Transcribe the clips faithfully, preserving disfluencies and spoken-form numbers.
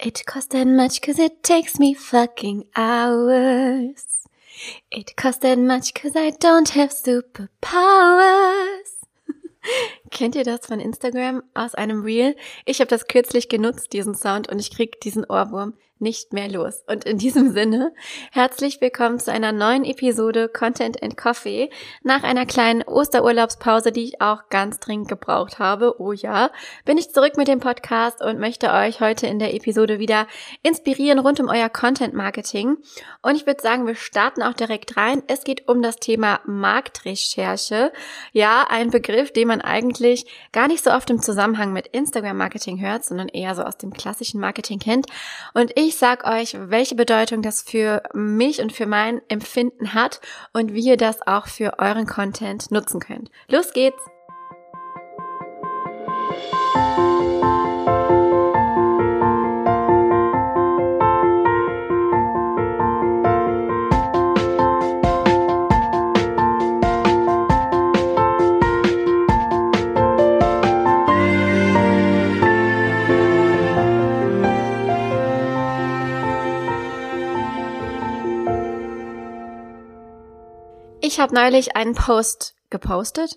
It costs that much cause it takes me fucking hours. It costs that much cause I don't have superpowers. Kennt ihr das von Instagram aus einem Reel? Ich habe das kürzlich genutzt, diesen Sound, und ich krieg diesen Ohrwurm nicht mehr los. Und in diesem Sinne, herzlich willkommen zu einer neuen Episode Content and Coffee. Nach einer kleinen Osterurlaubspause, die ich auch ganz dringend gebraucht habe, oh ja, bin ich zurück mit dem Podcast und möchte euch heute in der Episode wieder inspirieren rund um euer Content Marketing. Und ich würde sagen, wir starten auch direkt rein. Es geht um das Thema Marktrecherche. Ja, ein Begriff, den man eigentlich gar nicht so oft im Zusammenhang mit Instagram Marketing hört, sondern eher so aus dem klassischen Marketing kennt. Und ich sag euch, welche Bedeutung das für mich und für mein Empfinden hat und wie ihr das auch für euren Content nutzen könnt. Los geht's! Ich habe neulich einen Post gepostet,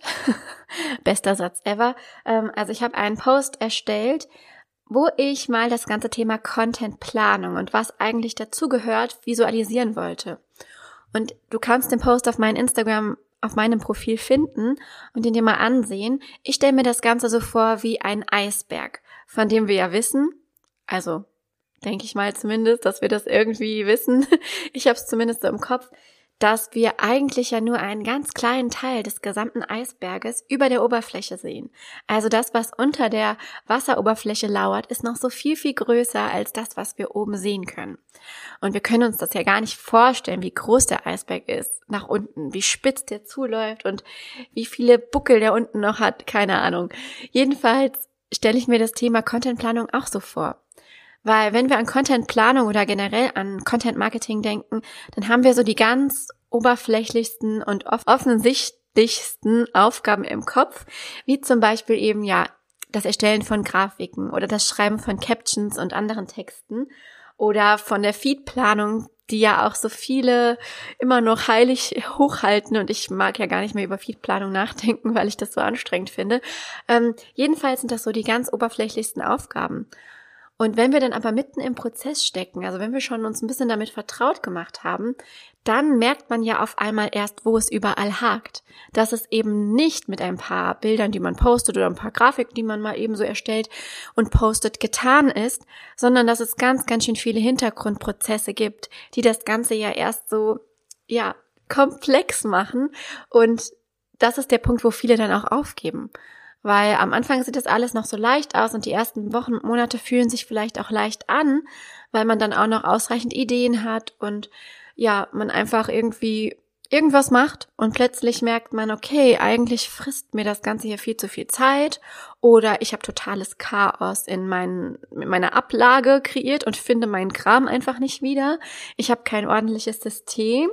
bester Satz ever, also ich habe einen Post erstellt, wo ich mal das ganze Thema Contentplanung und was eigentlich dazugehört visualisieren wollte. Und du kannst den Post auf meinem Instagram, auf meinem Profil finden und ihn dir mal ansehen. Ich stelle mir das Ganze so vor wie ein Eisberg, von dem wir ja wissen, also denke ich mal zumindest, dass wir das irgendwie wissen, ich habe es zumindest so im Kopf, dass wir eigentlich ja nur einen ganz kleinen Teil des gesamten Eisberges über der Oberfläche sehen. Also das, was unter der Wasseroberfläche lauert, ist noch so viel, viel größer als das, was wir oben sehen können. Und wir können uns das ja gar nicht vorstellen, wie groß der Eisberg ist nach unten, wie spitz der zuläuft und wie viele Buckel der unten noch hat, keine Ahnung. Jedenfalls stelle ich mir das Thema Contentplanung auch so vor. Weil wenn wir an Contentplanung oder generell an Content Marketing denken, dann haben wir so die ganz oberflächlichsten und oft offensichtlichsten Aufgaben im Kopf, wie zum Beispiel eben ja das Erstellen von Grafiken oder das Schreiben von Captions und anderen Texten oder von der Feedplanung, die ja auch so viele immer noch heilig hochhalten, und ich mag ja gar nicht mehr über Feedplanung nachdenken, weil ich das so anstrengend finde. Ähm, jedenfalls sind das so die ganz oberflächlichsten Aufgaben. Und wenn wir dann aber mitten im Prozess stecken, also wenn wir schon uns ein bisschen damit vertraut gemacht haben, dann merkt man ja auf einmal erst, wo es überall hakt. Dass es eben nicht mit ein paar Bildern, die man postet, oder ein paar Grafiken, die man mal eben so erstellt und postet, getan ist, sondern dass es ganz, ganz schön viele Hintergrundprozesse gibt, die das Ganze ja erst so, ja, komplex machen. Und das ist der Punkt, wo viele dann auch aufgeben. Weil am Anfang sieht das alles noch so leicht aus und die ersten Wochen und Monate fühlen sich vielleicht auch leicht an, weil man dann auch noch ausreichend Ideen hat und ja, man einfach irgendwie irgendwas macht und plötzlich merkt man, okay, eigentlich frisst mir das Ganze hier viel zu viel Zeit, oder ich habe totales Chaos in, mein, in meiner Ablage kreiert und finde meinen Kram einfach nicht wieder. Ich habe kein ordentliches System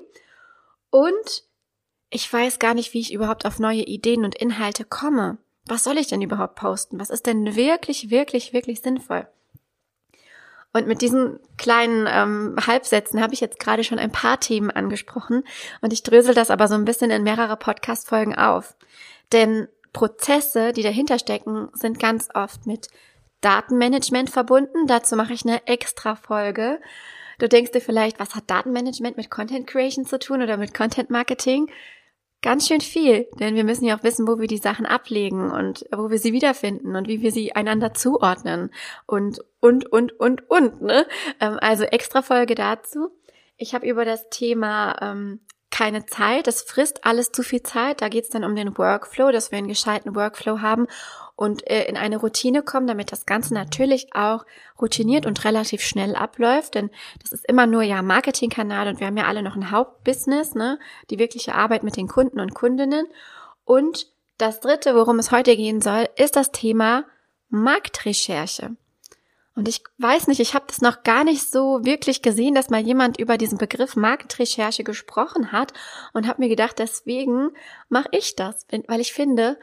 und ich weiß gar nicht, wie ich überhaupt auf neue Ideen und Inhalte komme. Was soll ich denn überhaupt posten? Was ist denn wirklich, wirklich, wirklich sinnvoll? Und mit diesen kleinen ähm, Halbsätzen habe ich jetzt gerade schon ein paar Themen angesprochen und ich drösel das aber so ein bisschen in mehrere Podcast-Folgen auf. Denn Prozesse, die dahinter stecken, sind ganz oft mit Datenmanagement verbunden. Dazu mache ich eine extra Folge. Du denkst dir vielleicht, was hat Datenmanagement mit Content Creation zu tun oder mit Content Marketing? Ganz schön viel, denn wir müssen ja auch wissen, wo wir die Sachen ablegen und wo wir sie wiederfinden und wie wir sie einander zuordnen und, und, und, und, und, ne? Also extra Folge dazu. Ich habe über das Thema ähm, keine Zeit, das frisst alles zu viel Zeit. Da geht es dann um den Workflow, dass wir einen gescheiten Workflow haben und äh, in eine Routine kommen, damit das Ganze natürlich auch routiniert und relativ schnell abläuft, denn das ist immer nur ja Marketingkanal und wir haben ja alle noch ein Hauptbusiness, ne, die wirkliche Arbeit mit den Kunden und Kundinnen. Und das dritte, worum es heute gehen soll, ist das Thema Marktrecherche. Und ich weiß nicht, ich habe das noch gar nicht so wirklich gesehen, dass mal jemand über diesen Begriff Marktrecherche gesprochen hat und habe mir gedacht, deswegen mache ich das, weil ich finde,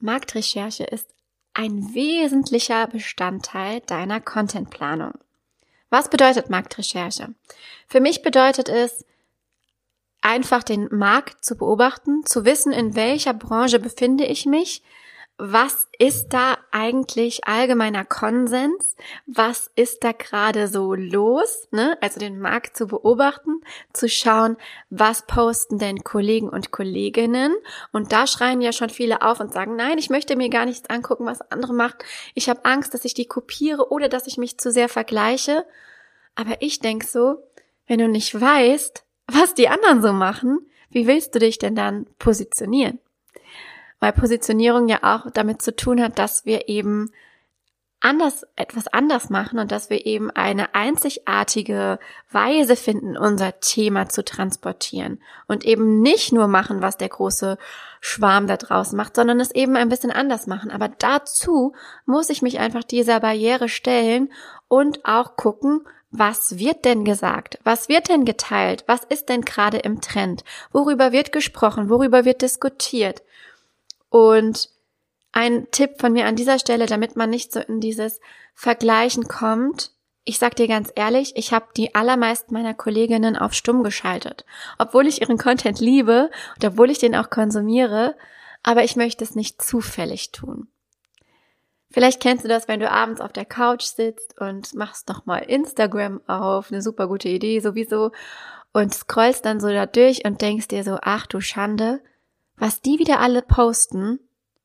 Marktrecherche ist ein wesentlicher Bestandteil deiner Contentplanung. Was bedeutet Marktrecherche? Für mich bedeutet es, einfach den Markt zu beobachten, zu wissen, in welcher Branche befinde ich mich, was ist da eigentlich allgemeiner Konsens, was ist da gerade so los, ne? Also den Markt zu beobachten, zu schauen, was posten denn Kollegen und Kolleginnen, und da schreien ja schon viele auf und sagen, nein, ich möchte mir gar nichts angucken, was andere machen, ich habe Angst, dass ich die kopiere oder dass ich mich zu sehr vergleiche, aber ich denke so, wenn du nicht weißt, was die anderen so machen, wie willst du dich denn dann positionieren? Weil Positionierung ja auch damit zu tun hat, dass wir eben anders, etwas anders machen und dass wir eben eine einzigartige Weise finden, unser Thema zu transportieren und eben nicht nur machen, was der große Schwarm da draußen macht, sondern es eben ein bisschen anders machen. Aber dazu muss ich mich einfach dieser Barriere stellen und auch gucken, was wird denn gesagt? Was wird denn geteilt? Was ist denn gerade im Trend? Worüber wird gesprochen? Worüber wird diskutiert? Und ein Tipp von mir an dieser Stelle, damit man nicht so in dieses Vergleichen kommt: Ich sag dir ganz ehrlich, ich habe die allermeisten meiner Kolleginnen auf stumm geschaltet, obwohl ich ihren Content liebe und obwohl ich den auch konsumiere, aber ich möchte es nicht zufällig tun. Vielleicht kennst du das, wenn du abends auf der Couch sitzt und machst nochmal Instagram auf, eine super gute Idee sowieso, und scrollst dann so da durch und denkst dir so, ach du Schande, was die wieder alle posten,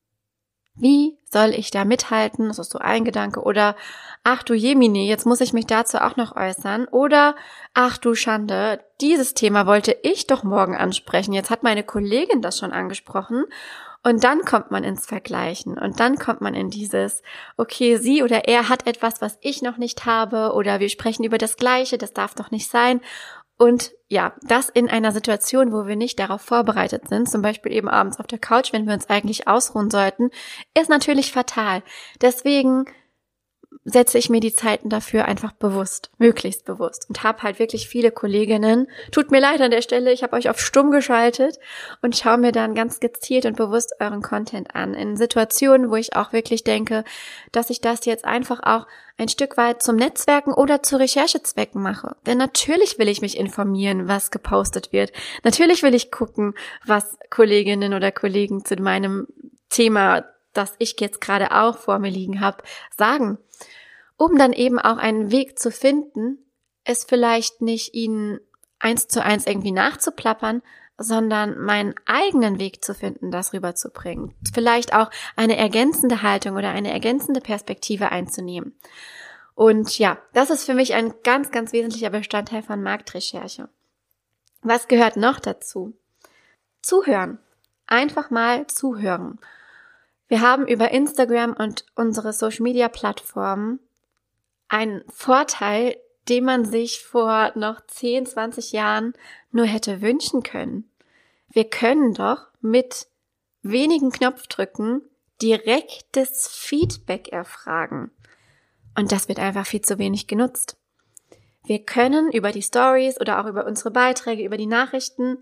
wie soll ich da mithalten? Das ist so ein Gedanke. Oder, ach du Jemine, jetzt muss ich mich dazu auch noch äußern. Oder, ach du Schande, dieses Thema wollte ich doch morgen ansprechen. Jetzt hat meine Kollegin das schon angesprochen. Und dann kommt man ins Vergleichen. Und dann kommt man in dieses, okay, sie oder er hat etwas, was ich noch nicht habe. Oder wir sprechen über das Gleiche, das darf doch nicht sein. Und ja, das in einer Situation, wo wir nicht darauf vorbereitet sind, zum Beispiel eben abends auf der Couch, wenn wir uns eigentlich ausruhen sollten, ist natürlich fatal. Deswegen setze ich mir die Zeiten dafür einfach bewusst, möglichst bewusst, und habe halt wirklich viele Kolleginnen. Tut mir leid an der Stelle, ich habe euch auf stumm geschaltet und schaue mir dann ganz gezielt und bewusst euren Content an. In Situationen, wo ich auch wirklich denke, dass ich das jetzt einfach auch ein Stück weit zum Netzwerken oder zu Recherchezwecken mache. Denn natürlich will ich mich informieren, was gepostet wird. Natürlich will ich gucken, was Kolleginnen oder Kollegen zu meinem Thema, das ich jetzt gerade auch vor mir liegen habe, sagen. Um dann eben auch einen Weg zu finden, es vielleicht nicht ihnen eins zu eins irgendwie nachzuplappern, sondern meinen eigenen Weg zu finden, das rüberzubringen. Vielleicht auch eine ergänzende Haltung oder eine ergänzende Perspektive einzunehmen. Und ja, das ist für mich ein ganz, ganz wesentlicher Bestandteil von Marktrecherche. Was gehört noch dazu? Zuhören. Einfach mal zuhören. Wir haben über Instagram und unsere Social-Media-Plattformen einen Vorteil, den man sich vor noch zehn, zwanzig Jahren nur hätte wünschen können. Wir können doch mit wenigen Knopfdrücken direktes Feedback erfragen. Und das wird einfach viel zu wenig genutzt. Wir können über die Stories oder auch über unsere Beiträge, über die Nachrichten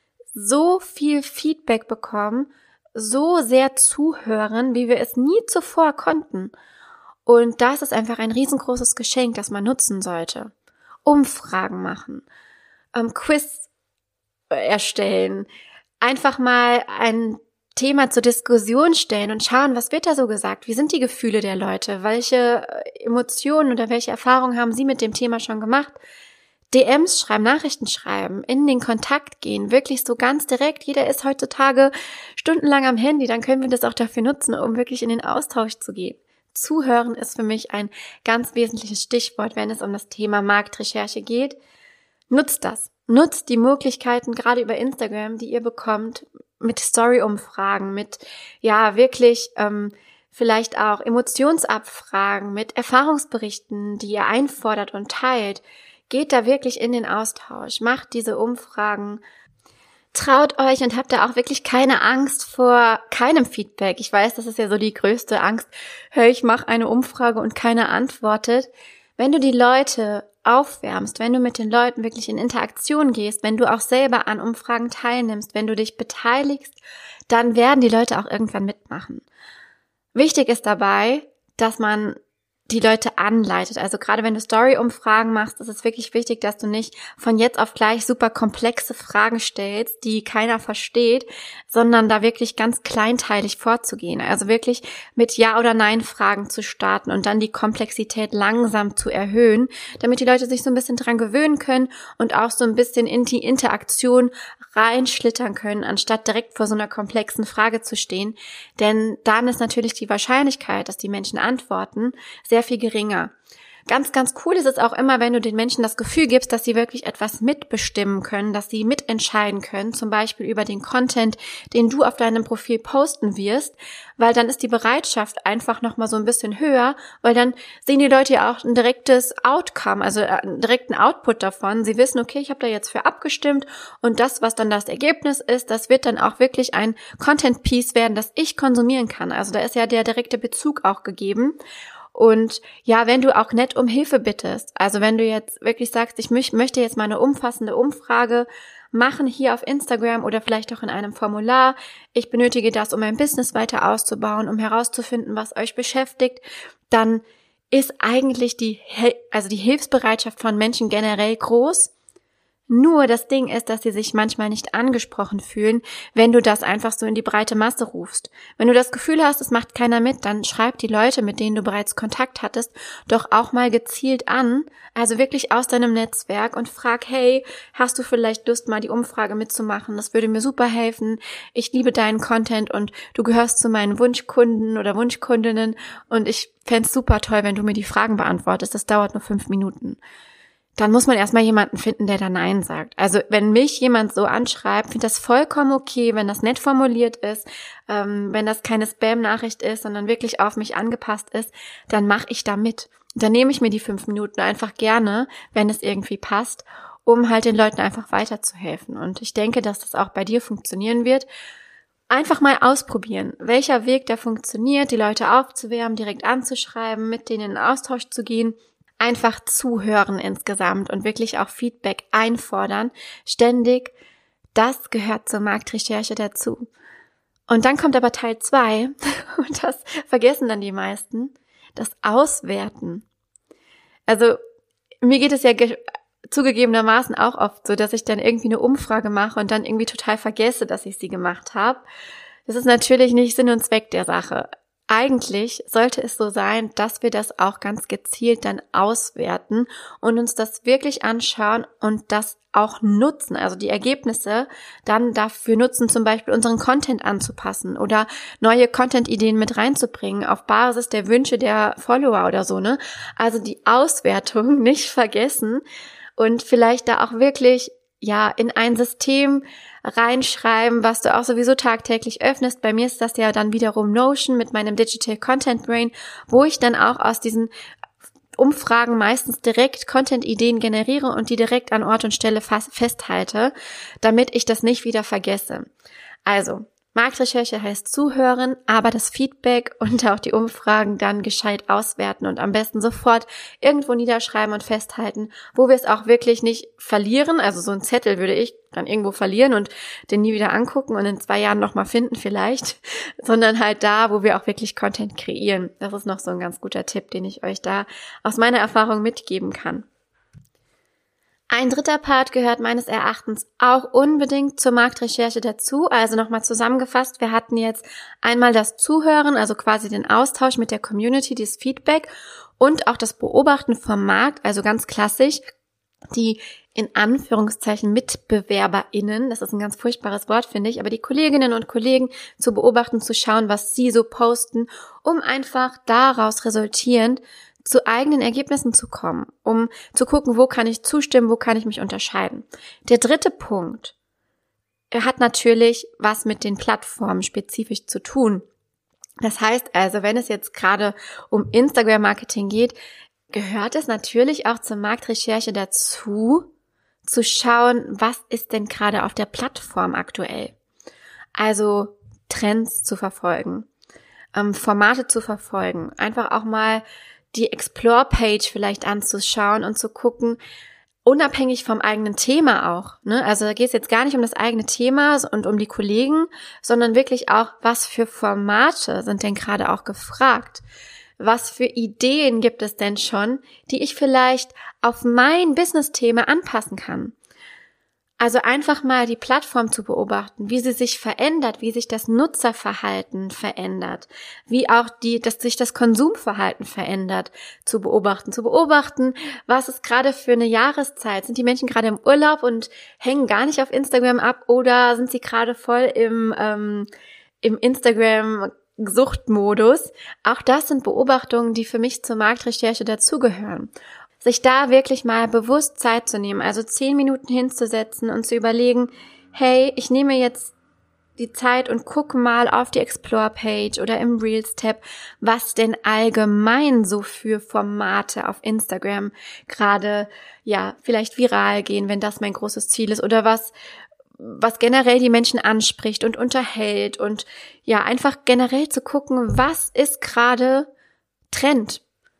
so viel Feedback bekommen, so sehr zuhören, wie wir es nie zuvor konnten. Und das ist einfach ein riesengroßes Geschenk, das man nutzen sollte. Umfragen machen, ähm, Quiz erstellen, einfach mal ein Thema zur Diskussion stellen und schauen, was wird da so gesagt, wie sind die Gefühle der Leute, welche Emotionen oder welche Erfahrungen haben sie mit dem Thema schon gemacht. D Ms schreiben, Nachrichten schreiben, in den Kontakt gehen, wirklich so ganz direkt. Jeder ist heutzutage stundenlang am Handy, dann können wir das auch dafür nutzen, um wirklich in den Austausch zu gehen. Zuhören ist für mich ein ganz wesentliches Stichwort, wenn es um das Thema Marktrecherche geht. Nutzt das. Nutzt die Möglichkeiten, gerade über Instagram, die ihr bekommt, mit Story-Umfragen, mit, ja, wirklich, ähm, vielleicht auch Emotionsabfragen, mit Erfahrungsberichten, die ihr einfordert und teilt. Geht da wirklich in den Austausch, macht diese Umfragen, traut euch und habt da auch wirklich keine Angst vor keinem Feedback. Ich weiß, das ist ja so die größte Angst. Hey, ich mache eine Umfrage und keiner antwortet. Wenn du die Leute aufwärmst, wenn du mit den Leuten wirklich in Interaktion gehst, wenn du auch selber an Umfragen teilnimmst, wenn du dich beteiligst, dann werden die Leute auch irgendwann mitmachen. Wichtig ist dabei, dass man die Leute anleitet. Also gerade wenn du Story-Umfragen machst, ist es wirklich wichtig, dass du nicht von jetzt auf gleich super komplexe Fragen stellst, die keiner versteht, sondern da wirklich ganz kleinteilig vorzugehen. Also wirklich mit Ja- oder Nein-Fragen zu starten und dann die Komplexität langsam zu erhöhen, damit die Leute sich so ein bisschen dran gewöhnen können und auch so ein bisschen in die Interaktion reinschlittern können, anstatt direkt vor so einer komplexen Frage zu stehen. Denn dann ist natürlich die Wahrscheinlichkeit, dass die Menschen antworten, sehr viel geringer. Ganz, ganz cool ist es auch immer, wenn du den Menschen das Gefühl gibst, dass sie wirklich etwas mitbestimmen können, dass sie mitentscheiden können, zum Beispiel über den Content, den du auf deinem Profil posten wirst, weil dann ist die Bereitschaft einfach nochmal so ein bisschen höher, weil dann sehen die Leute ja auch ein direktes Outcome, also einen direkten Output davon. Sie wissen, okay, ich habe da jetzt für abgestimmt und das, was dann das Ergebnis ist, das wird dann auch wirklich ein Content-Piece werden, das ich konsumieren kann. Also da ist ja der direkte Bezug auch gegeben. Und ja, wenn du auch nett um Hilfe bittest, also wenn du jetzt wirklich sagst, ich möchte jetzt mal eine umfassende Umfrage machen hier auf Instagram oder vielleicht auch in einem Formular, ich benötige das, um mein Business weiter auszubauen, um herauszufinden, was euch beschäftigt, dann ist eigentlich die, also die Hilfsbereitschaft von Menschen generell groß. Nur das Ding ist, dass sie sich manchmal nicht angesprochen fühlen, wenn du das einfach so in die breite Masse rufst. Wenn du das Gefühl hast, es macht keiner mit, dann schreib die Leute, mit denen du bereits Kontakt hattest, doch auch mal gezielt an, also wirklich aus deinem Netzwerk und frag, hey, hast du vielleicht Lust, mal die Umfrage mitzumachen? Das würde mir super helfen. Ich liebe deinen Content und du gehörst zu meinen Wunschkunden oder Wunschkundinnen und ich fänd's super toll, wenn du mir die Fragen beantwortest. Das dauert nur fünf Minuten. Dann muss man erstmal jemanden finden, der da Nein sagt. Also wenn mich jemand so anschreibt, finde ich das vollkommen okay, wenn das nett formuliert ist, ähm, wenn das keine Spam-Nachricht ist, sondern wirklich auf mich angepasst ist, dann mache ich da mit. Dann nehme ich mir die fünf Minuten einfach gerne, wenn es irgendwie passt, um halt den Leuten einfach weiterzuhelfen. Und ich denke, dass das auch bei dir funktionieren wird. Einfach mal ausprobieren, welcher Weg da funktioniert, die Leute aufzuwärmen, direkt anzuschreiben, mit denen in den Austausch zu gehen. Einfach zuhören insgesamt und wirklich auch Feedback einfordern, ständig, das gehört zur Marktrecherche dazu. Und dann kommt aber Teil zwei, und das vergessen dann die meisten, das Auswerten. Also mir geht es ja ge- zugegebenermaßen auch oft so, dass ich dann irgendwie eine Umfrage mache und dann irgendwie total vergesse, dass ich sie gemacht habe. Das ist natürlich nicht Sinn und Zweck der Sache. Eigentlich sollte es so sein, dass wir das auch ganz gezielt dann auswerten und uns das wirklich anschauen und das auch nutzen, also die Ergebnisse dann dafür nutzen, zum Beispiel unseren Content anzupassen oder neue Content-Ideen mit reinzubringen auf Basis der Wünsche der Follower oder so, ne? Also die Auswertung nicht vergessen und vielleicht da auch wirklich ja in ein System reinschreiben, was du auch sowieso tagtäglich öffnest. Bei mir ist das ja dann wiederum Notion mit meinem Digital Content Brain, wo ich dann auch aus diesen Umfragen meistens direkt Content-Ideen generiere und die direkt an Ort und Stelle festhalte, damit ich das nicht wieder vergesse. Also, Marktrecherche heißt zuhören, aber das Feedback und auch die Umfragen dann gescheit auswerten und am besten sofort irgendwo niederschreiben und festhalten, wo wir es auch wirklich nicht verlieren. Also so ein Zettel würde ich dann irgendwo verlieren und den nie wieder angucken und in zwei Jahren nochmal finden vielleicht, sondern halt da, wo wir auch wirklich Content kreieren. Das ist noch so ein ganz guter Tipp, den ich euch da aus meiner Erfahrung mitgeben kann. Ein dritter Part gehört meines Erachtens auch unbedingt zur Marktrecherche dazu. Also nochmal zusammengefasst, wir hatten jetzt einmal das Zuhören, also quasi den Austausch mit der Community, das Feedback und auch das Beobachten vom Markt, also ganz klassisch, die in Anführungszeichen MitbewerberInnen, das ist ein ganz furchtbares Wort, finde ich, aber die Kolleginnen und Kollegen zu beobachten, zu schauen, was sie so posten, um einfach daraus resultierend zu eigenen Ergebnissen zu kommen, um zu gucken, wo kann ich zustimmen, wo kann ich mich unterscheiden. Der dritte Punkt, er hat natürlich was mit den Plattformen spezifisch zu tun. Das heißt also, wenn es jetzt gerade um Instagram-Marketing geht, gehört es natürlich auch zur Marktrecherche dazu, zu schauen, was ist denn gerade auf der Plattform aktuell. Also Trends zu verfolgen, ähm, Formate zu verfolgen, einfach auch mal die Explore-Page vielleicht anzuschauen und zu gucken, unabhängig vom eigenen Thema auch, ne? Also da geht es jetzt gar nicht um das eigene Thema und um die Kollegen, sondern wirklich auch, was für Formate sind denn gerade auch gefragt? was für Ideen gibt es denn schon, die ich vielleicht auf mein Business-Thema anpassen kann? Also einfach mal die Plattform zu beobachten, wie sie sich verändert, wie sich das Nutzerverhalten verändert, wie auch die, dass sich das Konsumverhalten verändert, zu beobachten, zu beobachten, was ist gerade für eine Jahreszeit, sind die Menschen gerade im Urlaub und hängen gar nicht auf Instagram ab oder sind sie gerade voll im, ähm, im Instagram-Suchtmodus? Auch das sind Beobachtungen, die für mich zur Marktrecherche dazugehören. Sich da wirklich mal bewusst Zeit zu nehmen, also zehn Minuten hinzusetzen und zu überlegen, hey, ich nehme jetzt die Zeit und gucke mal auf die Explore-Page oder im Reels-Tab, was denn allgemein so für Formate auf Instagram gerade, ja, vielleicht viral gehen, wenn das mein großes Ziel ist, oder was, was generell die Menschen anspricht und unterhält und ja, einfach generell zu gucken, was ist gerade Trend.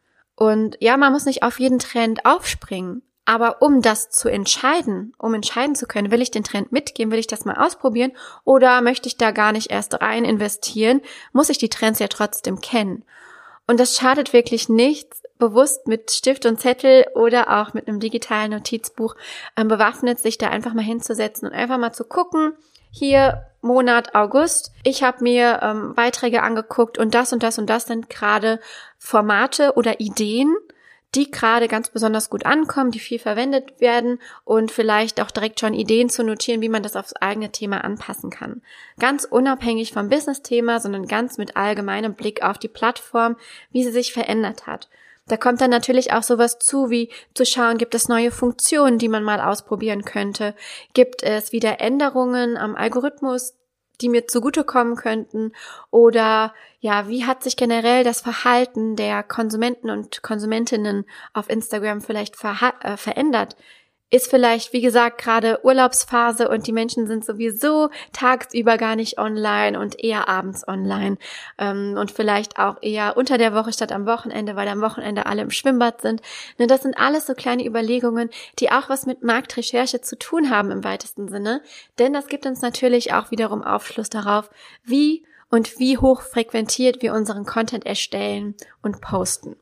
Und ja, man muss nicht auf jeden Trend aufspringen, aber um das zu entscheiden, um entscheiden zu können, will ich den Trend mitgehen, will ich das mal ausprobieren oder möchte ich da gar nicht erst rein investieren, muss ich die Trends ja trotzdem kennen. Und das schadet wirklich nichts, bewusst mit Stift und Zettel oder auch mit einem digitalen Notizbuch ähm, bewaffnet, sich da einfach mal hinzusetzen und einfach mal zu gucken, hier Monat August, ich habe mir ähm, Beiträge angeguckt und das und das und das sind gerade Formate oder Ideen, die gerade ganz besonders gut ankommen, die viel verwendet werden und vielleicht auch direkt schon Ideen zu notieren, wie man das aufs eigene Thema anpassen kann. Ganz unabhängig vom Business-Thema, sondern ganz mit allgemeinem Blick auf die Plattform, wie sie sich verändert hat. Da kommt dann natürlich auch sowas zu, wie zu schauen, gibt es neue Funktionen, die man mal ausprobieren könnte? Gibt es wieder Änderungen am Algorithmus, die mir zugutekommen könnten? Oder ja, wie hat sich generell das Verhalten der Konsumenten und Konsumentinnen auf Instagram vielleicht verha- äh, verändert? Ist vielleicht, wie gesagt, gerade Urlaubsphase und die Menschen sind sowieso tagsüber gar nicht online und eher abends online ähm, und vielleicht auch eher unter der Woche statt am Wochenende, weil am Wochenende alle im Schwimmbad sind. Ne, das sind alles so kleine Überlegungen, die auch was mit Marktrecherche zu tun haben im weitesten Sinne, denn das gibt uns natürlich auch wiederum Aufschluss darauf, wie und wie hoch frequentiert wir unseren Content erstellen und posten.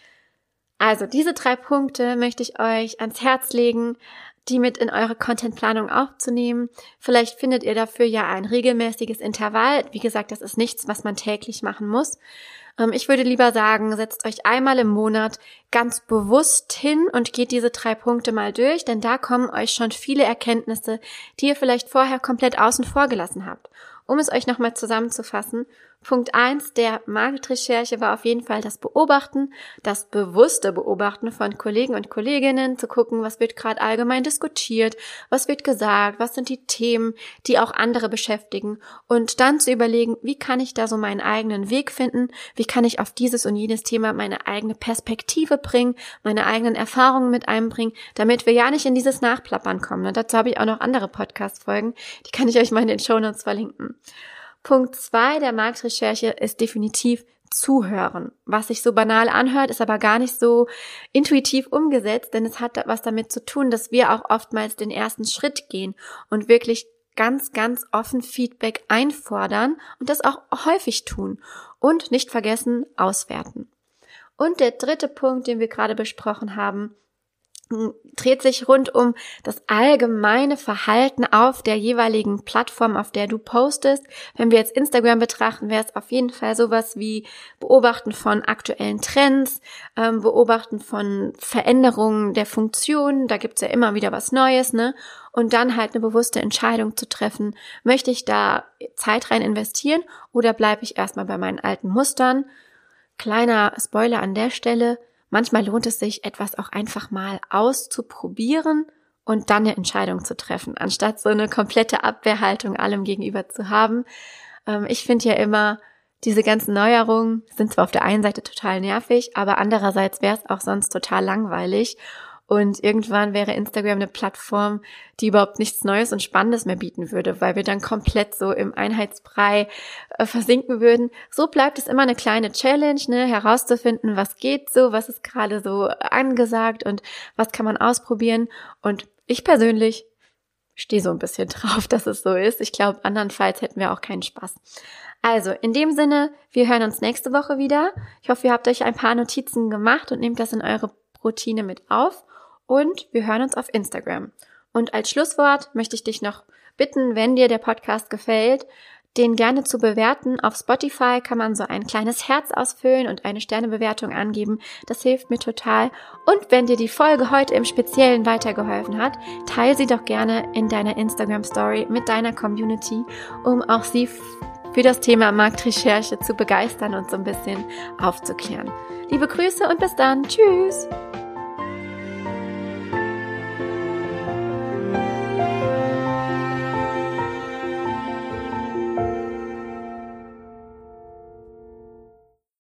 Also diese drei Punkte möchte ich euch ans Herz legen, die mit in eure Contentplanung aufzunehmen. Vielleicht findet ihr dafür ja ein regelmäßiges Intervall. Wie gesagt, das ist nichts, was man täglich machen muss. Ich würde lieber sagen, setzt euch einmal im Monat ganz bewusst hin und geht diese drei Punkte mal durch, denn da kommen euch schon viele Erkenntnisse, die ihr vielleicht vorher komplett außen vor gelassen habt. Um es euch nochmal zusammenzufassen, Punkt eins der Marktrecherche war auf jeden Fall das Beobachten, das bewusste Beobachten von Kollegen und Kolleginnen, zu gucken, was wird gerade allgemein diskutiert, was wird gesagt, was sind die Themen, die auch andere beschäftigen und dann zu überlegen, wie kann ich da so meinen eigenen Weg finden, wie kann ich auf dieses und jenes Thema meine eigene Perspektive bringen, meine eigenen Erfahrungen mit einbringen, damit wir ja nicht in dieses Nachplappern kommen. Und dazu habe ich auch noch andere Podcast-Folgen, die kann ich euch mal in den Shownotes verlinken. Punkt zwei der Marktrecherche ist definitiv Zuhören. Was sich so banal anhört, ist aber gar nicht so intuitiv umgesetzt, denn es hat was damit zu tun, dass wir auch oftmals den ersten Schritt gehen und wirklich ganz, ganz offen Feedback einfordern und das auch häufig tun und nicht vergessen, auswerten. Und der dritte Punkt, den wir gerade besprochen haben, dreht sich rund um das allgemeine Verhalten auf der jeweiligen Plattform, auf der du postest. Wenn wir jetzt Instagram betrachten, wäre es auf jeden Fall sowas wie Beobachten von aktuellen Trends, ähm, Beobachten von Veränderungen der Funktionen, da gibt's ja immer wieder was Neues, ne? Und dann halt eine bewusste Entscheidung zu treffen, möchte ich da Zeit rein investieren oder bleibe ich erstmal bei meinen alten Mustern? Kleiner Spoiler an der Stelle, manchmal lohnt es sich, etwas auch einfach mal auszuprobieren und dann eine Entscheidung zu treffen, anstatt so eine komplette Abwehrhaltung allem gegenüber zu haben. Ähm, ich finde ja immer, diese ganzen Neuerungen sind zwar auf der einen Seite total nervig, aber andererseits wäre es auch sonst total langweilig. Und irgendwann wäre Instagram eine Plattform, die überhaupt nichts Neues und Spannendes mehr bieten würde, weil wir dann komplett so im Einheitsbrei äh, versinken würden. So bleibt es immer eine kleine Challenge, ne, herauszufinden, was geht so, was ist gerade so angesagt und was kann man ausprobieren. Und ich persönlich stehe so ein bisschen drauf, dass es so ist. Ich glaube, andernfalls hätten wir auch keinen Spaß. Also, in dem Sinne, wir hören uns nächste Woche wieder. Ich hoffe, ihr habt euch ein paar Notizen gemacht und nehmt das in eure Routine mit auf. Und wir hören uns auf Instagram. Und als Schlusswort möchte ich dich noch bitten, wenn dir der Podcast gefällt, den gerne zu bewerten. Auf Spotify kann man so ein kleines Herz ausfüllen und eine Sternebewertung angeben. Das hilft mir total. Und wenn dir die Folge heute im Speziellen weitergeholfen hat, teile sie doch gerne in deiner Instagram-Story mit deiner Community, um auch sie für das Thema Marktrecherche zu begeistern und so ein bisschen aufzuklären. Liebe Grüße und bis dann. Tschüss!